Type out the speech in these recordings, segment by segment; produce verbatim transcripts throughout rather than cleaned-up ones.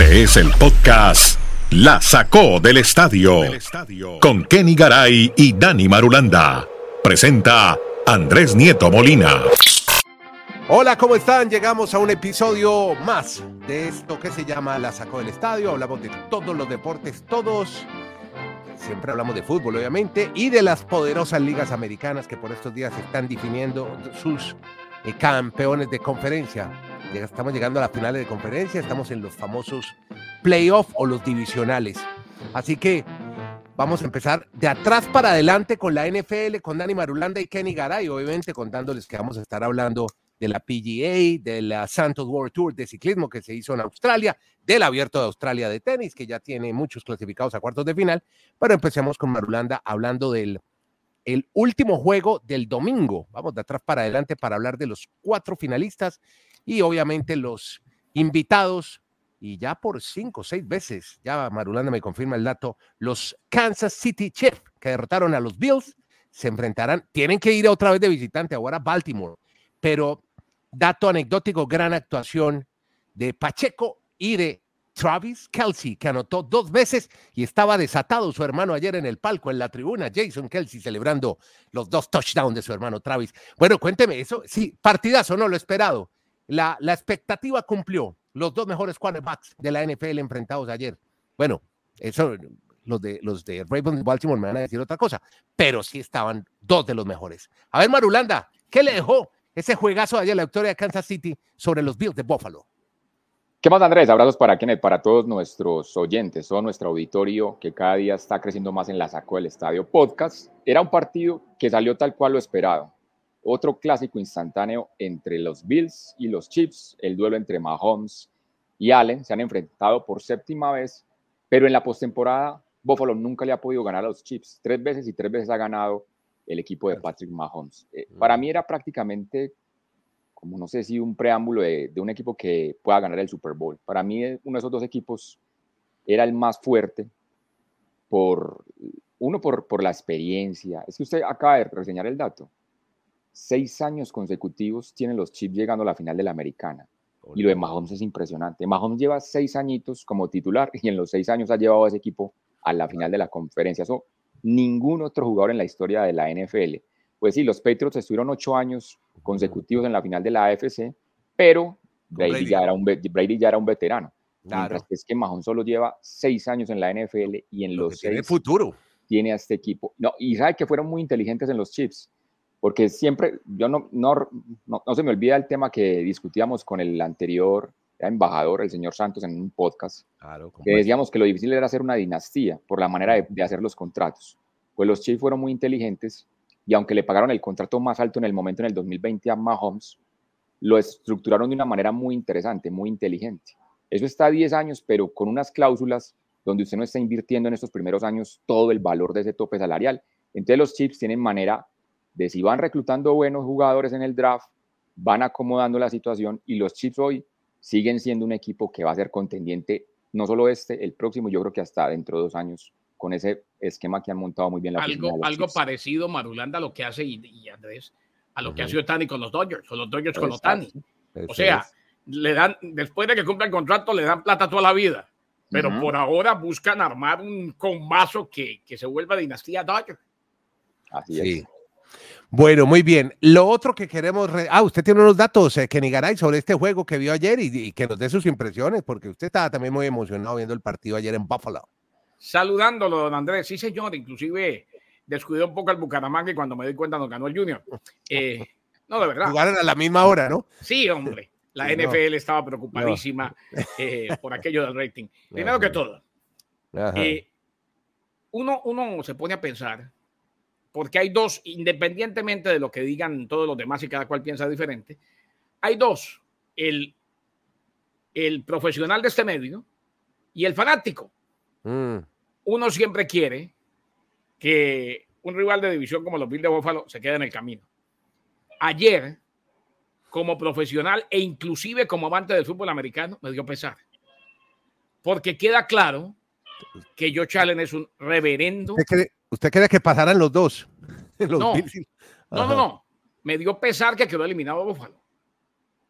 Este es el podcast La Sacó del Estadio con Kenny Garay y Dani Marulanda. Presenta Andrés Nieto Molina. Hola, ¿cómo están? Llegamos a un episodio más de esto que se llama La Sacó del Estadio. Hablamos de todos los deportes, todos. Siempre hablamos de fútbol, obviamente, y de las poderosas ligas americanas que por estos días están definiendo sus eh, campeones de conferencia. Estamos llegando a las finales de conferencia, estamos en los famosos playoffs o los divisionales. Así que vamos a empezar de atrás para adelante con la N F L, con Dani Marulanda y Kenny Garay, obviamente contándoles que vamos a estar hablando de la P G A, de la Santos World Tour de ciclismo que se hizo en Australia, del Abierto de Australia de tenis, que ya tiene muchos clasificados a cuartos de final. Pero empecemos con Marulanda hablando del el último juego del domingo. Vamos de atrás para adelante para hablar de los cuatro finalistas y obviamente los invitados, y ya por cinco o seis veces, ya Marulanda me confirma el dato, los Kansas City Chiefs, que derrotaron a los Bills, se enfrentarán, tienen que ir otra vez de visitante ahora a Baltimore, pero dato anecdótico, gran actuación de Pacheco y de Travis Kelce, que anotó dos veces y estaba desatado su hermano ayer en el palco, en la tribuna, Jason Kelce celebrando los dos touchdowns de su hermano Travis. Bueno, cuénteme eso, sí, partidazo, no lo esperado. La, la expectativa cumplió, los dos mejores quarterbacks de la N F L enfrentados ayer. Bueno, eso, los de, los de Ravens de Baltimore me van a decir otra cosa, pero sí estaban dos de los mejores. A ver, Marulanda, ¿qué le dejó ese juegazo de ayer, la victoria de Kansas City sobre los Bills de Buffalo? ¿Qué más, Andrés? Abrazos para Kenneth, para todos nuestros oyentes, todo nuestro auditorio que cada día está creciendo más en La Sacó del Estadio Podcast. Era un partido que salió tal cual lo esperado. Otro clásico instantáneo entre los Bills y los Chiefs. El duelo entre Mahomes y Allen se han enfrentado por séptima vez, pero en la postemporada Buffalo nunca le ha podido ganar a los Chiefs. Tres veces y tres veces ha ganado el equipo de Patrick Mahomes. Eh, para mí era prácticamente como no sé si un preámbulo de, de un equipo que pueda ganar el Super Bowl. Para mí uno de esos dos equipos era el más fuerte, por uno por, por la experiencia. Es que usted acaba de reseñar el dato. Seis años consecutivos tienen los Chiefs llegando a la final de la Americana. Y lo de Mahomes es impresionante. Mahomes lleva seis añitos como titular y en los seis años ha llevado a ese equipo a la final de la conferencia. Eso ningún otro jugador en la historia de la N F L. Pues sí, los Patriots estuvieron ocho años consecutivos en la final de la A F C, pero Brady, Brady. Ya, era un, Brady ya era un veterano. Claro. Mientras que es que Mahomes solo lleva seis años en la N F L y en Lo los seis tiene futuro. Tiene a este equipo. No, y sabe que fueron muy inteligentes en los Chiefs, porque siempre, yo no, no, no, no se me olvida el tema que discutíamos con el anterior embajador, el señor Santos, en un podcast, claro, que decíamos que lo difícil era hacer una dinastía por la manera de, de hacer los contratos. Pues los Chiefs fueron muy inteligentes y aunque le pagaron el contrato más alto en el momento, en el dos mil veinte, a Mahomes, lo estructuraron de una manera muy interesante, muy inteligente. Eso está a diez años, pero con unas cláusulas donde usted no está invirtiendo en estos primeros años todo el valor de ese tope salarial. Entonces los Chiefs tienen manera de, si van reclutando buenos jugadores en el draft, van acomodando la situación y los Chiefs hoy siguen siendo un equipo que va a ser contendiente, no solo este, el próximo, yo creo que hasta dentro de dos años, con ese esquema que han montado muy bien la algo algo Chiefs. Parecido, Marulanda, a lo que hace y, y Andrés, a lo uh-huh. que ha sido Tani con los Dodgers, o los Dodgers con los Tani. O sea, es. le dan, después de que cumpla el contrato, le dan plata toda la vida, pero uh-huh. por ahora buscan armar un combazo que, que se vuelva dinastía Dodgers. Así sí. es. Bueno, muy bien. Lo otro que queremos... Re... Ah, usted tiene unos datos, eh, Kenny Garay, sobre este juego que vio ayer y, y que nos dé sus impresiones, porque usted estaba también muy emocionado viendo el partido ayer en Buffalo. Saludándolo, don Andrés. Sí, señor. Inclusive descuidé un poco al Bucaramanga y cuando me di cuenta nos ganó el Junior. Eh, no, de verdad. Jugaron a la misma hora, ¿no? Sí, hombre. La sí, N F L no. estaba preocupadísima no. eh, por aquello del rating. Primero Ajá. que todo, eh, uno, uno se pone a pensar, porque hay dos, independientemente de lo que digan todos los demás y cada cual piensa diferente, hay dos, el, el profesional de este medio y el fanático. Mm. Uno siempre quiere que un rival de división como los Bills de Buffalo se quede en el camino. Ayer, como profesional e inclusive como amante del fútbol americano, me dio pesar. Porque queda claro que Josh Allen es un reverendo. ¿Usted cree, usted cree que pasaran los dos? Los no, no, no, no. Me dio pesar que quedó eliminado Buffalo.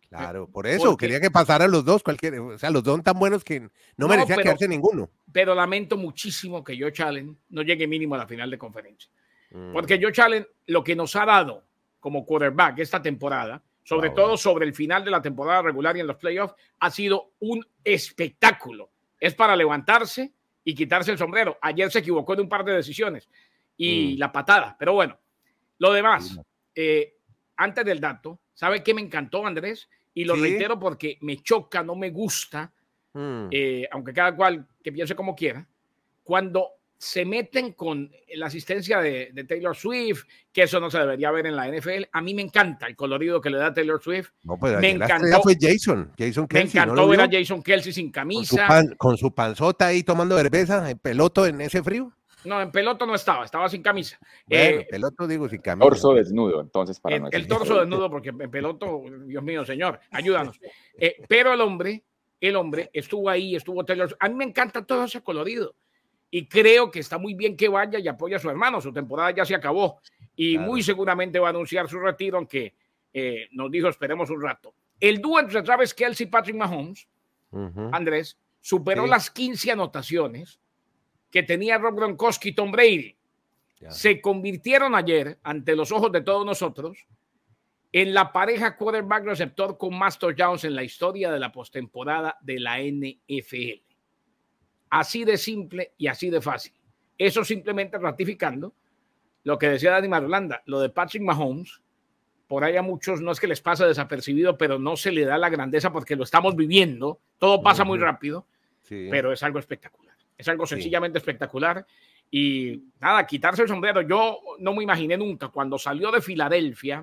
Claro, por eso porque, quería que pasaran los dos, cualquier, o sea, los dos son tan buenos que no, no merecía pero, quedarse ninguno. Pero lamento muchísimo que Josh Allen no llegue mínimo a la final de conferencia. Mm. Porque Josh Allen lo que nos ha dado como quarterback esta temporada, sobre wow. todo sobre el final de la temporada regular y en los playoffs, ha sido un espectáculo. Es para levantarse y quitarse el sombrero. Ayer se equivocó en un par de decisiones y mm. la patada, pero bueno, lo demás, eh, antes del dato, ¿sabe qué me encantó, Andrés? Y lo ¿Sí? reitero porque me choca, no me gusta, mm. eh, aunque cada cual que piense como quiera, cuando se meten con la asistencia de, de Taylor Swift, que eso no se debería ver en la N F L. A mí me encanta el colorido que le da Taylor Swift. No, pero me encantó. Fue Jason, Jason Kelce, me encantó ¿no ver a Jason Kelce sin camisa. Con su, pan, con su panzota ahí tomando cerveza, en peloto en ese frío. No, en peloto no estaba, estaba sin camisa. Bueno, eh, peloto digo sin camisa. Torso desnudo, entonces para el, no el torso desnudo, porque en peloto, Dios mío, señor, ayúdanos. Eh, pero el hombre, el hombre estuvo ahí, estuvo Taylor. A mí me encanta todo ese colorido. Y creo que está muy bien que vaya y apoye a su hermano. Su temporada ya se acabó. Y claro. muy seguramente va a anunciar su retiro, aunque eh, nos dijo esperemos un rato. El dúo entre Travis Kelce y Patrick Mahomes, uh-huh. Andrés, superó sí. las quince anotaciones que tenía Rob Gronkowski y Tom Brady. Ya. Se convirtieron ayer, ante los ojos de todos nosotros, en la pareja quarterback receptor con más touchdowns en la historia de la postemporada de la N F L. Así de simple y así de fácil. Eso simplemente ratificando lo que decía Dani Marulanda, lo de Patrick Mahomes. Por ahí a muchos no es que les pasa desapercibido, pero no se le da la grandeza porque lo estamos viviendo. Todo pasa uh-huh. muy rápido, sí. pero es algo espectacular. Es algo sencillamente sí. espectacular. Y nada, quitarse el sombrero. Yo no me imaginé nunca cuando salió de Filadelfia,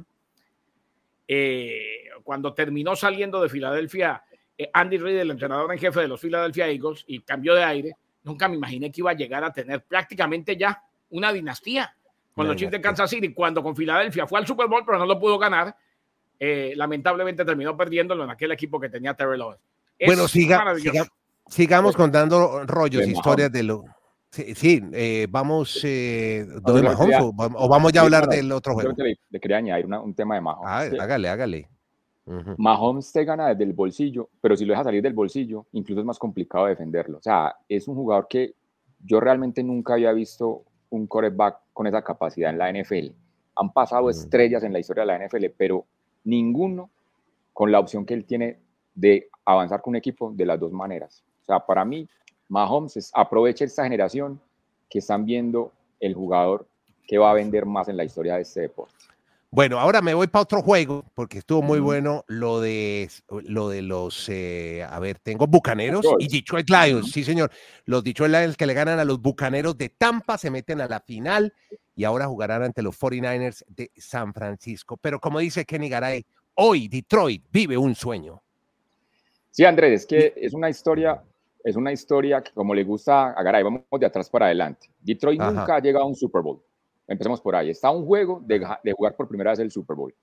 eh, cuando terminó saliendo de Filadelfia, Andy Reid, el entrenador en jefe de los Philadelphia Eagles, y cambio de aire, nunca me imaginé que iba a llegar a tener prácticamente ya una dinastía con los Chiefs de Kansas City, cuando con Filadelfia fue al Super Bowl, pero no lo pudo ganar. Eh, lamentablemente terminó perdiéndolo en aquel equipo que tenía Terrell Owens. Es bueno, siga, siga, sigamos bueno, contando rollos, historias de lo... Sí, sí eh, vamos eh, ¿de Mahomes o, o vamos ya a hablar del otro juego? Yo le, le quería añadir una, un tema de Mahomes. Ah, sí. Hágale, hágale. Uh-huh. Mahomes te gana desde el bolsillo, pero si lo deja salir del bolsillo, incluso es más complicado defenderlo. O sea, es un jugador que yo realmente nunca había visto un quarterback con esa capacidad en la N F L. Han pasado uh-huh. estrellas en la historia de la N F L, pero ninguno con la opción que él tiene de avanzar con un equipo de las dos maneras. O sea, para mí, Mahomes es, aprovecha esta generación que están viendo el jugador que va a vender más en la historia de este deporte. Bueno, ahora me voy para otro juego, porque estuvo muy mm. bueno lo de, lo de los, eh, a ver, tengo Bucaneros y Detroit Lions, mm. sí señor, los Detroit Lions que le ganan a los Bucaneros de Tampa, se meten a la final y ahora jugarán ante los cuarenta y nueve ers de San Francisco. Pero como dice Kenny Garay, hoy Detroit vive un sueño. Sí, Andrés, es que es una historia, es una historia que como le gusta a Garay, vamos de atrás para adelante. Detroit Ajá. nunca ha llegado a un Super Bowl. Empecemos por ahí. Está un juego de, de jugar por primera vez el Super Bowl.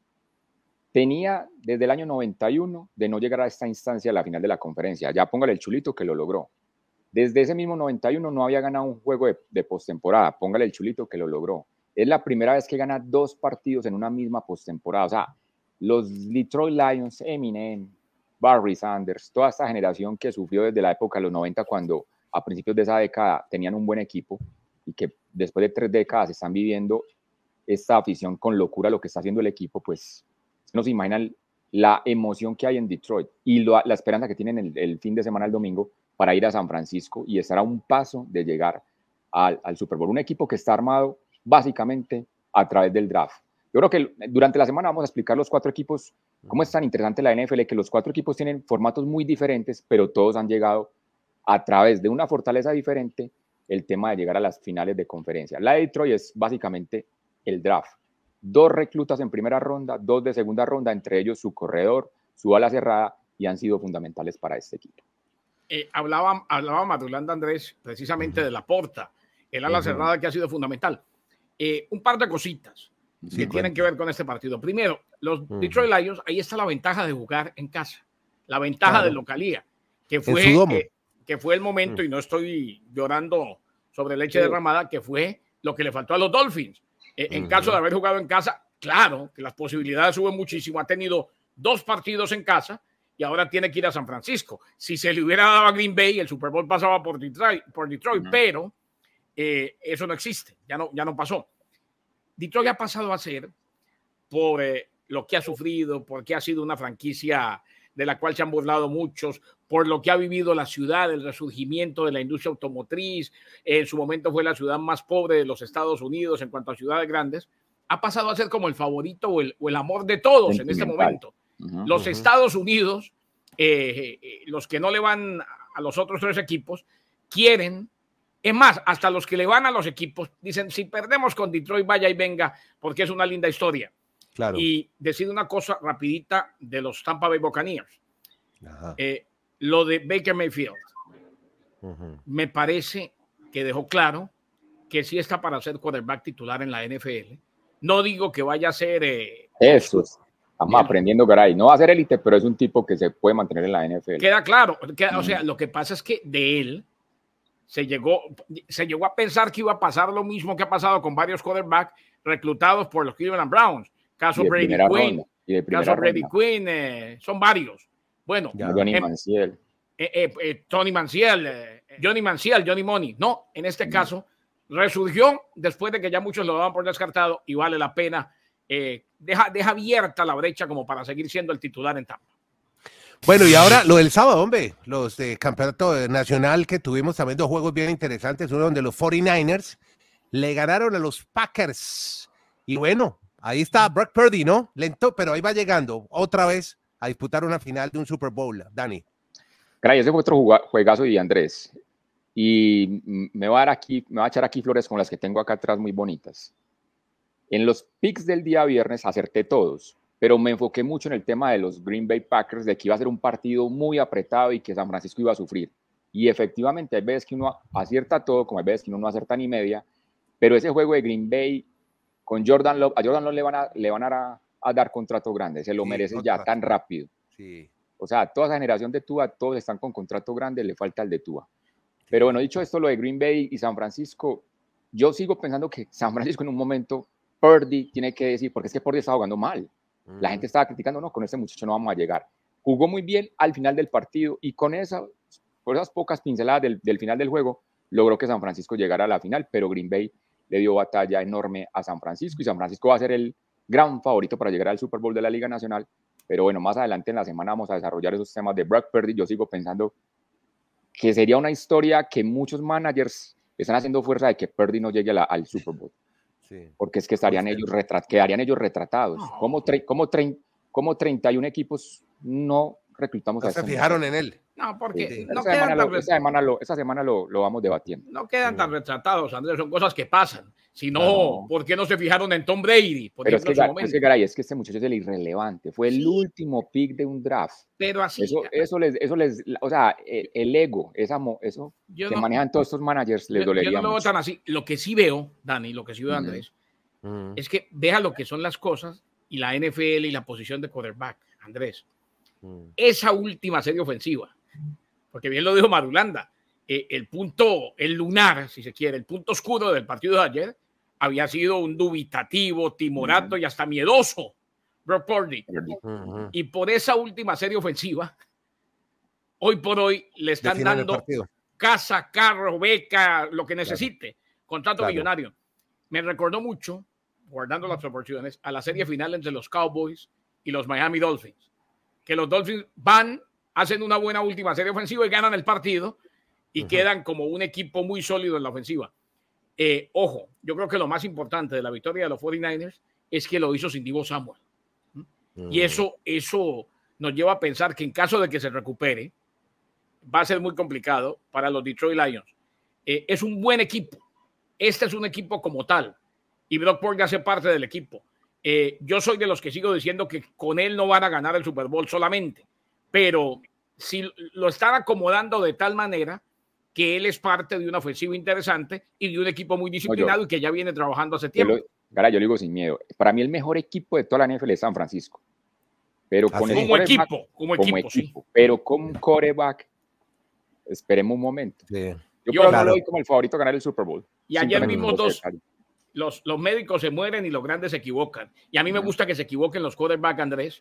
Tenía desde el año noventa y uno de no llegar a esta instancia a la final de la conferencia. Ya póngale el chulito que lo logró. Desde ese mismo noventa y uno no había ganado un juego de, de postemporada. Póngale el chulito que lo logró. Es la primera vez que gana dos partidos en una misma postemporada. O sea, los Detroit Lions, Eminem, Barry Sanders, toda esta generación que sufrió desde la época de los noventa, cuando a principios de esa década tenían un buen equipo, y que después de tres décadas están viviendo esta afición con locura lo que está haciendo el equipo, pues no se imaginan la emoción que hay en Detroit y lo, la esperanza que tienen el, el fin de semana, el domingo, para ir a San Francisco y estar a un paso de llegar al, al Super Bowl. Un equipo que está armado básicamente a través del draft. Yo creo que durante la semana vamos a explicar los cuatro equipos, cómo es tan interesante la N F L, que los cuatro equipos tienen formatos muy diferentes, pero todos han llegado a través de una fortaleza diferente, el tema de llegar a las finales de conferencia. La de Detroit es básicamente el draft. Dos reclutas en primera ronda, dos de segunda ronda, entre ellos su corredor, su ala cerrada, y han sido fundamentales para este equipo. Eh, hablaba, hablaba Madulanda Andrés precisamente uh-huh. de la Porta, el ala uh-huh. cerrada que ha sido fundamental. Eh, un par de cositas sí, que bueno. tienen que ver con este partido. Primero, los uh-huh. Detroit Lions, ahí está la ventaja de jugar en casa, la ventaja claro. de localía, que fue... Eh, que fue el momento, y no estoy llorando sobre leche sí. derramada, que fue lo que le faltó a los Dolphins. Eh, en uh-huh. caso de haber jugado en casa, claro que las posibilidades suben muchísimo. Ha tenido dos partidos en casa y ahora tiene que ir a San Francisco. Si se le hubiera dado a Green Bay, el Super Bowl pasaba por Detroit, por Detroit uh-huh. pero eh, eso no existe, ya no, ya no pasó. Detroit ha pasado a ser, por eh, lo que ha sufrido, porque ha sido una franquicia de la cual se han burlado muchos, por lo que ha vivido la ciudad, el resurgimiento de la industria automotriz, en su momento fue la ciudad más pobre de los Estados Unidos en cuanto a ciudades grandes, ha pasado a ser como el favorito o el, o el amor de todos en este momento. Uh-huh, los uh-huh. Estados Unidos, eh, eh, los que no le van a los otros tres equipos, quieren, es más, hasta los que le van a los equipos, dicen, si perdemos con Detroit, vaya y venga, porque es una linda historia. Claro. Y decir una cosa rapidita de los Tampa Bay Buccaneers. Eh, lo de Baker Mayfield, uh-huh. me parece que dejó claro que sí está para ser quarterback titular en la N F L. No digo que vaya a ser... Eh, Eso es. Estamos bien. aprendiendo, Garay. No va a ser élite, pero es un tipo que se puede mantener en la N F L. Queda claro. Queda, uh-huh. O sea, lo que pasa es que de él se llegó, se llegó a pensar que iba a pasar lo mismo que ha pasado con varios quarterbacks reclutados por los Cleveland Browns. Caso Brady Quinn. Caso Brady Quinn. Eh, son varios. Bueno. Ya, Johnny eh, Manziel. Eh, eh, eh, Tony Manziel. Eh, Johnny Manziel, Johnny Money. No, en este uh-huh. caso resurgió después de que ya muchos lo daban por descartado y vale la pena. Eh, deja, deja abierta la brecha como para seguir siendo el titular en Tampa. Bueno, y ahora lo del sábado, hombre, los de campeonato nacional que tuvimos también dos juegos bien interesantes, uno donde los cuarenta y nueve ers le ganaron a los Packers. Y bueno, ahí está Brock Purdy, ¿no? Lento, pero ahí va llegando otra vez a disputar una final de un Super Bowl, Dani. Caray, ese fue otro juegazo de Andrés. Y me va a dar aquí, me va a echar aquí flores con las que tengo acá atrás muy bonitas. En los picks del día viernes acerté todos, pero me enfoqué mucho en el tema de los Green Bay Packers, de que iba a ser un partido muy apretado y que San Francisco iba a sufrir. Y efectivamente, hay veces que uno acierta todo, como hay veces que uno no acierta ni media, pero ese juego de Green Bay con Jordan Love, a Jordan Love le van a, le van a, a dar contrato grande, se lo sí, merece contrato. ya tan rápido. Sí. O sea, toda esa generación de Tua, todos están con contrato grande, le falta el de Tua. Pero bueno, dicho esto, lo de Green Bay y San Francisco, yo sigo pensando que San Francisco en un momento, Purdy tiene que decir, porque es que Purdy está jugando mal. Mm. La gente estaba criticando, no, con este muchacho no vamos a llegar. Jugó muy bien al final del partido y con esa, por esas pocas pinceladas del, del final del juego, logró que San Francisco llegara a la final, pero Green Bay le dio batalla enorme a San Francisco y San Francisco va a ser el gran favorito para llegar al Super Bowl de la Liga Nacional. Pero bueno, más adelante en la semana vamos a desarrollar esos temas de Brock Purdy. Yo sigo pensando que sería una historia que muchos managers están haciendo fuerza de que Purdy no llegue a la, al Super Bowl. Sí. Porque es que estarían ellos retrat, quedarían ellos retratados. No. ¿Cómo, tre, cómo, tre, ¿Cómo treinta y uno equipos no reclutamos no a se fijaron en él? No, porque sí, sí. no esa, semana lo, esa semana lo, esa semana lo, lo vamos debatiendo. No quedan tan retratados, Andrés, son cosas que pasan. Si no, no, ¿por qué no se fijaron en Tom Brady? Por pero ejemplo, es, que, es, que, Garay, es que este muchacho es el irrelevante. Fue el sí. último pick de un draft. Pero así. Eso, eso, les, eso les. O sea, el, el ego, esa, eso yo que no, manejan todos estos managers, les yo, dolería. Yo no lo mucho. veo tan así. Lo que sí veo, Dani, lo que sí veo, Andrés, mm. es que deja lo que son las cosas y la N F L y la posición de quarterback, Andrés. Mm. Esa última serie ofensiva, porque bien lo dijo Marulanda, eh, el punto, el lunar, si se quiere, el punto oscuro del partido de ayer había sido un dubitativo, timorato uh-huh. y hasta miedoso Brock Purdy. Uh-huh. Y por esa última serie ofensiva, hoy por hoy le están dando casa, carro, beca, lo que necesite, claro. contrato claro. millonario. Me recordó mucho, guardando las proporciones, a la serie final entre los Cowboys y los Miami Dolphins. Que los Dolphins van, hacen una buena última serie ofensiva y ganan el partido y uh-huh. quedan como un equipo muy sólido en la ofensiva. Eh, ojo, yo creo que lo más importante de la victoria de los cuarenta y nueve ers es que lo hizo sin Deebo Samuel. ¿Mm? Uh-huh. Y eso, eso nos lleva a pensar que en caso de que se recupere, va a ser muy complicado para los Detroit Lions. Eh, es un buen equipo. Este es un equipo como tal. Y Brock Purdy hace parte del equipo. Eh, yo soy de los que sigo diciendo que con él no van a ganar el Super Bowl solamente, pero si lo están acomodando de tal manera que él es parte de una ofensiva interesante y de un equipo muy disciplinado no, yo, y que ya viene trabajando hace tiempo. Yo lo, cara, yo lo digo sin miedo. Para mí el mejor equipo de toda la N F L es San Francisco. Pero con como, como equipo, como equipo, como equipo, sí. Pero con quarterback, esperemos un momento. Sí. Yo, yo claro. no lo doy como el favorito a ganar el Super Bowl. Y ayer vimos dos... Los, los médicos se mueren y los grandes se equivocan. Y a mí me gusta que se equivoquen los quarterbacks, Andrés,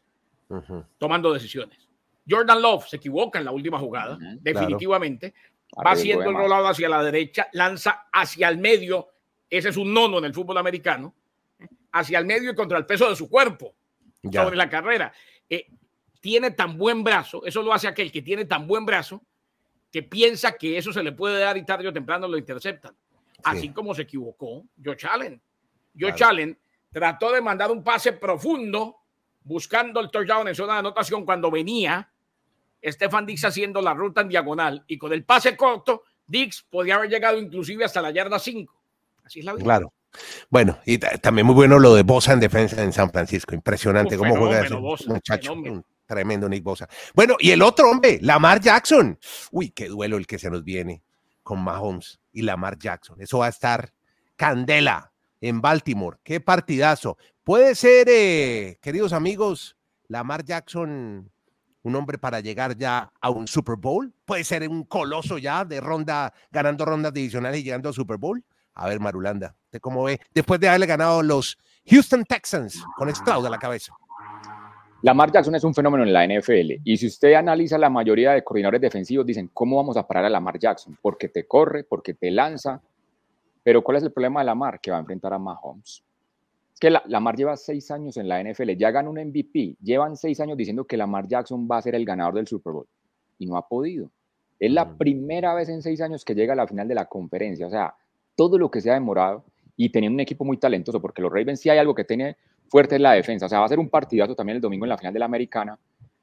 uh-huh. tomando decisiones. Jordan Love se equivoca en la última jugada, uh-huh. definitivamente. Claro. Va haciendo el rolado hacia la derecha, lanza hacia el medio. Ese es un nono en el fútbol americano. Hacia el medio y contra el peso de su cuerpo ya. sobre la carrera. Eh, tiene tan buen brazo, eso lo hace aquel que tiene tan buen brazo que piensa que eso se le puede dar y tarde o temprano lo interceptan. Sí. Así como se equivocó Josh Allen. Josh claro. Allen trató de mandar un pase profundo buscando el touchdown en zona de anotación cuando venía Stefan Diggs haciendo la ruta en diagonal y con el pase corto, Diggs podía haber llegado inclusive hasta la yarda cinco. Así es la vida. Claro. Bueno, y t- también muy bueno lo de Bosa en defensa en San Francisco. Impresionante Uf, cómo juega ese Bosa, muchacho. Un tremendo Nick Bosa. Bueno, y el otro hombre, Lamar Jackson. Uy, qué duelo el que se nos viene con Mahomes y Lamar Jackson. Eso va a estar candela en Baltimore. Qué partidazo. Puede ser, eh, queridos amigos, Lamar Jackson un hombre para llegar ya a un Super Bowl. Puede ser un coloso ya de ronda, ganando rondas divisionales y llegando al Super Bowl. A ver, Marulanda, ¿usted cómo ve? Después de haberle ganado los Houston Texans con Stroud a la cabeza. Lamar Jackson es un fenómeno en la N F L. Y si usted analiza la mayoría de coordinadores defensivos, dicen, ¿cómo vamos a parar a Lamar Jackson? Porque te corre, porque te lanza. Pero ¿cuál es el problema de Lamar? Que va a enfrentar a Mahomes. Es que la, Lamar lleva seis años en la N F L, ya ganó un M V P. Llevan seis años diciendo que Lamar Jackson va a ser el ganador del Super Bowl. Y no ha podido. Es la primera vez en seis años que llega a la final de la conferencia. O sea, todo lo que se ha demorado y teniendo un equipo muy talentoso, porque los Ravens sí hay algo que tiene fuerte en la defensa. O sea, va a ser un partidazo también el domingo en la final de la Americana,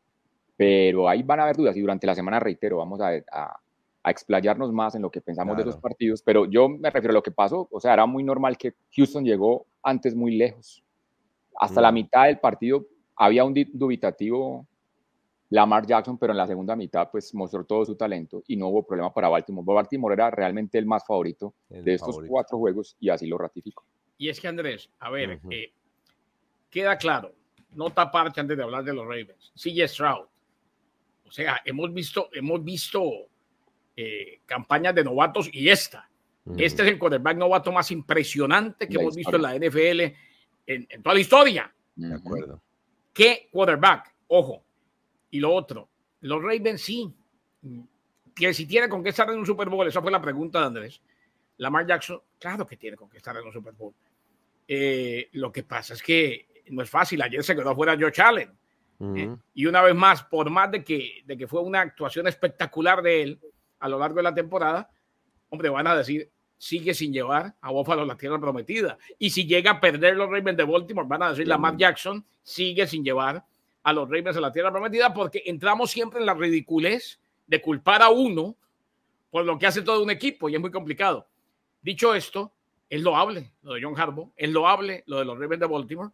pero ahí van a haber dudas y durante la semana, reitero, vamos a, a, a explayarnos más en lo que pensamos claro. de esos partidos, pero yo me refiero a lo que pasó. O sea, era muy normal que Houston llegó antes muy lejos. Hasta mm. la mitad del partido había un dubitativo Lamar Jackson, pero en la segunda mitad pues mostró todo su talento y no hubo problema para Baltimore. Baltimore era realmente el más favorito el de estos favorito. cuatro juegos y así lo ratificó. Y es que Andrés, a ver, uh-huh. eh, queda claro, nota aparte antes de hablar de los Ravens, C J Stroud. O sea, hemos visto, hemos visto eh, campañas de novatos y esta. Uh-huh. Este es el quarterback novato más impresionante que la hemos historia. visto en la N F L en, en toda la historia. De acuerdo. ¿Qué quarterback? Ojo. Y lo otro, los Ravens sí, que si tiene con qué estar en un Super Bowl, esa fue la pregunta de Andrés. Lamar Jackson, claro que tiene con qué estar en un Super Bowl. Eh, lo que pasa es que no es fácil, ayer se quedó fuera Josh Allen. Uh-huh. eh, y una vez más, por más de que, de que fue una actuación espectacular de él a lo largo de la temporada, hombre, van a decir, sigue sin llevar a Buffalo a la tierra prometida. Y si llega a perder los Ravens de Baltimore, van a decir, uh-huh. Lamar Jackson sigue sin llevar a los Ravens a la tierra prometida, porque entramos siempre en la ridiculez de culpar a uno por lo que hace todo un equipo y es muy complicado. Dicho esto, es loable lo de John Harbaugh, es loable lo de los Ravens de Baltimore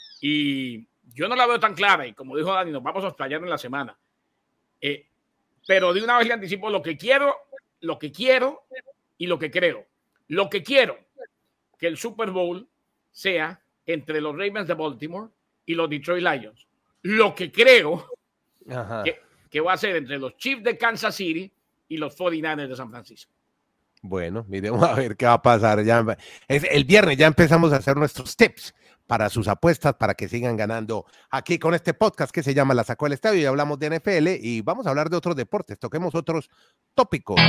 y yo no la veo tan clara y como dijo Dani, nos vamos a explayar en la semana. Eh, pero de una vez le anticipo lo que quiero, lo que quiero y lo que creo. Lo que quiero, que el Super Bowl sea entre los Ravens de Baltimore y los Detroit Lions. Lo que creo que, que va a ser entre los Chiefs de Kansas City y los cuarenta y nueve ers de San Francisco. Bueno, miremos a ver qué va a pasar. Ya, es, el viernes ya empezamos a hacer nuestros tips para sus apuestas, para que sigan ganando aquí con este podcast que se llama La Sacó del Estadio y hablamos de N F L y vamos a hablar de otros deportes, toquemos otros tópicos.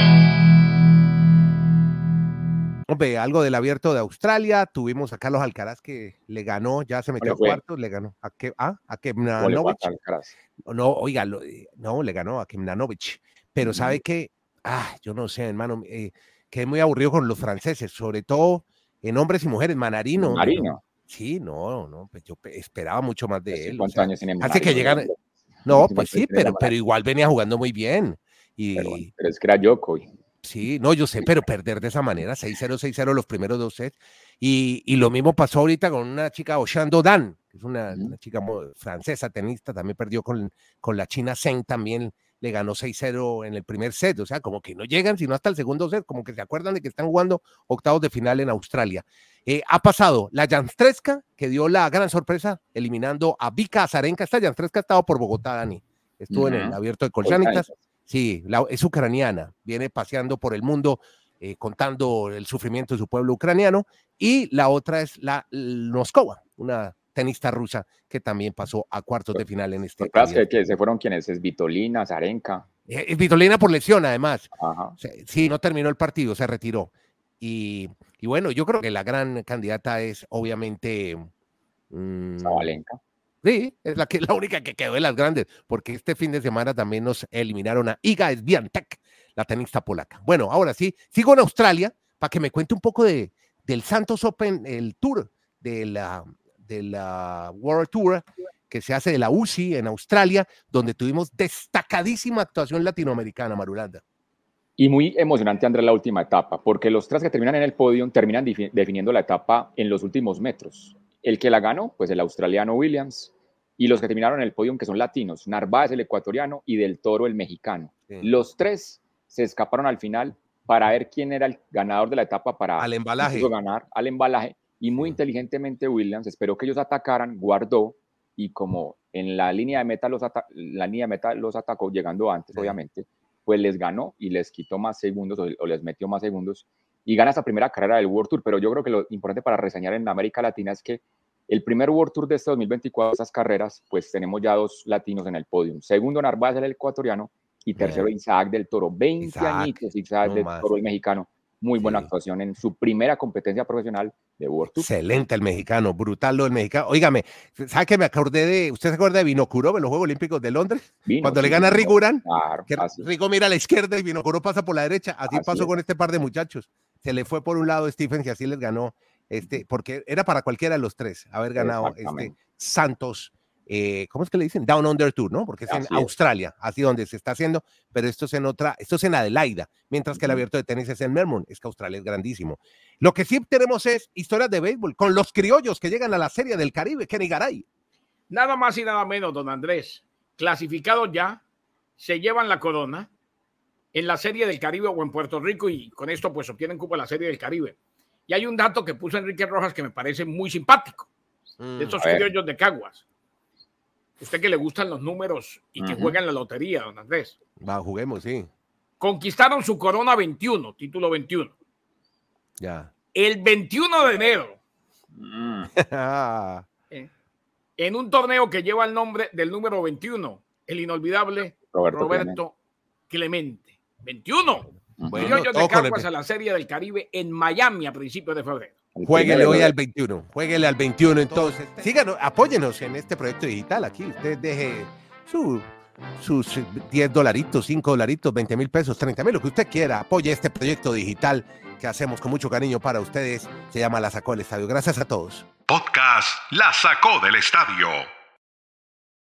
Hombre, algo del Abierto de Australia, tuvimos a Carlos Alcaraz que le ganó, ya se metió a cuartos, le ganó a que a, a Kemnanovic. No, oiga, lo, no, le ganó a Kemnanovic, pero mm. sabe que, ah, yo no sé, hermano, eh, quedé muy aburrido con los franceses, sobre todo en hombres y mujeres, Manarino. Marino. No, sí, no, no, pues yo esperaba mucho más de él. ¿Cuántos o sea, años tiene Hace que llegan, no, pues sí, pero, pero igual venía jugando muy bien. Y, pero, pero es que era Djokovic. Sí, no, yo sé, pero perder de esa manera, seis cero, seis cero los primeros dos sets, y, y lo mismo pasó ahorita con una chica, Ocean Dodan, que es una, uh-huh. una chica francesa, tenista, también perdió con, con la china Zheng, también le ganó seis cero en el primer set, o sea, como que no llegan sino hasta el segundo set, como que se acuerdan de que están jugando octavos de final en Australia. Eh, ha pasado la Janstreska, que dio la gran sorpresa, eliminando a Vika Azarenka. Esta Janstreska ha estado por Bogotá, Dani, estuvo uh-huh. en el Abierto de Colchanitas. Sí, la, es ucraniana, viene paseando por el mundo eh, contando el sufrimiento de su pueblo ucraniano, y la otra es la Noskova, una tenista rusa, que también pasó a cuartos de final en este país. Que, que se fueron quienes, es Svitolina, Zarenka. Eh, Svitolina por lesión, además. Ajá. Sí, no terminó el partido, se retiró. Y, y bueno, yo creo que la gran candidata es obviamente... Mmm, Sabalenka. Sí, es la, que, la única que quedó de las grandes, porque este fin de semana también nos eliminaron a Iga Swiatek, la tenista polaca. Bueno, ahora sí, sigo en Australia para que me cuente un poco de, del Santos Open, el Tour, de la, de la World Tour, que se hace de la U C I en Australia, donde tuvimos destacadísima actuación latinoamericana, Marulanda. Y muy emocionante, Andrés, la última etapa, porque los tres que terminan en el podio terminan definiendo la etapa en los últimos metros. El que la ganó, pues el australiano Williams, y los que terminaron en el podio, que son latinos, Narváez, el ecuatoriano, y Del Toro, el mexicano. Sí. Los tres se escaparon al final para ver quién era el ganador de la etapa para al embalaje. ganar al embalaje, y muy sí. inteligentemente Williams esperó que ellos atacaran, guardó, y como en la línea de meta los, la línea de meta los atacó, llegando antes, sí. obviamente, pues les ganó y les quitó más segundos, o, o les metió más segundos, y gana esa primera carrera del World Tour. Pero yo creo que lo importante para reseñar en América Latina es que el primer World Tour de este dos mil veinticuatro, esas carreras, pues tenemos ya dos latinos en el podio. Segundo, Narváez, el ecuatoriano, y tercero, Bien. Isaac del Toro. veinte Isaac, añitos, Isaac no del más. Toro, el mexicano. Muy buena sí. actuación en su primera competencia profesional de World Tour. Excelente el mexicano, brutal lo del mexicano. Óigame, ¿sabe que me acordé de, usted se acuerda de Vinokurov en los Juegos Olímpicos de Londres? Vino, Cuando sí, le gana a Rick Uran, claro, que Rigo mira a la izquierda y Vinokurov pasa por la derecha. Así, así pasó es. con este par de muchachos. Se le fue por un lado Stephens y así les ganó, este, porque era para cualquiera de los tres haber ganado este Santos. Eh, ¿Cómo es que le dicen? Down Under Tour, ¿no? Porque es así en es. Australia, así donde se está haciendo, pero esto es en otra, esto es en Adelaida, mientras que el abierto de tenis es en Melbourne. Es que Australia es grandísimo. Lo que sí tenemos es historias de béisbol con los criollos que llegan a la Serie del Caribe, Kenny Garay. Nada más y nada menos, don Andrés, clasificados ya, se llevan la corona en la Serie del Caribe o en Puerto Rico, y con esto pues obtienen cupo a la Serie del Caribe. Y hay un dato que puso Enrique Rojas que me parece muy simpático, mm, de estos criollos de Caguas. Usted que le gustan los números y que uh-huh. juega en la lotería, don Andrés. Va, juguemos, sí. Conquistaron su corona veintiuno, título veintiuno. Ya. El veintiuno de enero. Mm. eh, en un torneo que lleva el nombre del número veintiuno, el inolvidable Roberto, Roberto Clemente. veintiuno. Bueno, criollos de Caguas a la Serie del Caribe en Miami a principios de febrero. Jueguele hoy al veintiuno, jueguele al veintiuno entonces. Síganos, apóyenos en este proyecto digital aquí. Usted deje su, sus diez dolaritos, cinco dolaritos, veinte mil pesos, treinta mil, lo que usted quiera. Apoye este proyecto digital que hacemos con mucho cariño para ustedes. Se llama La Sacó del Estadio. Gracias a todos. Podcast La Sacó del Estadio.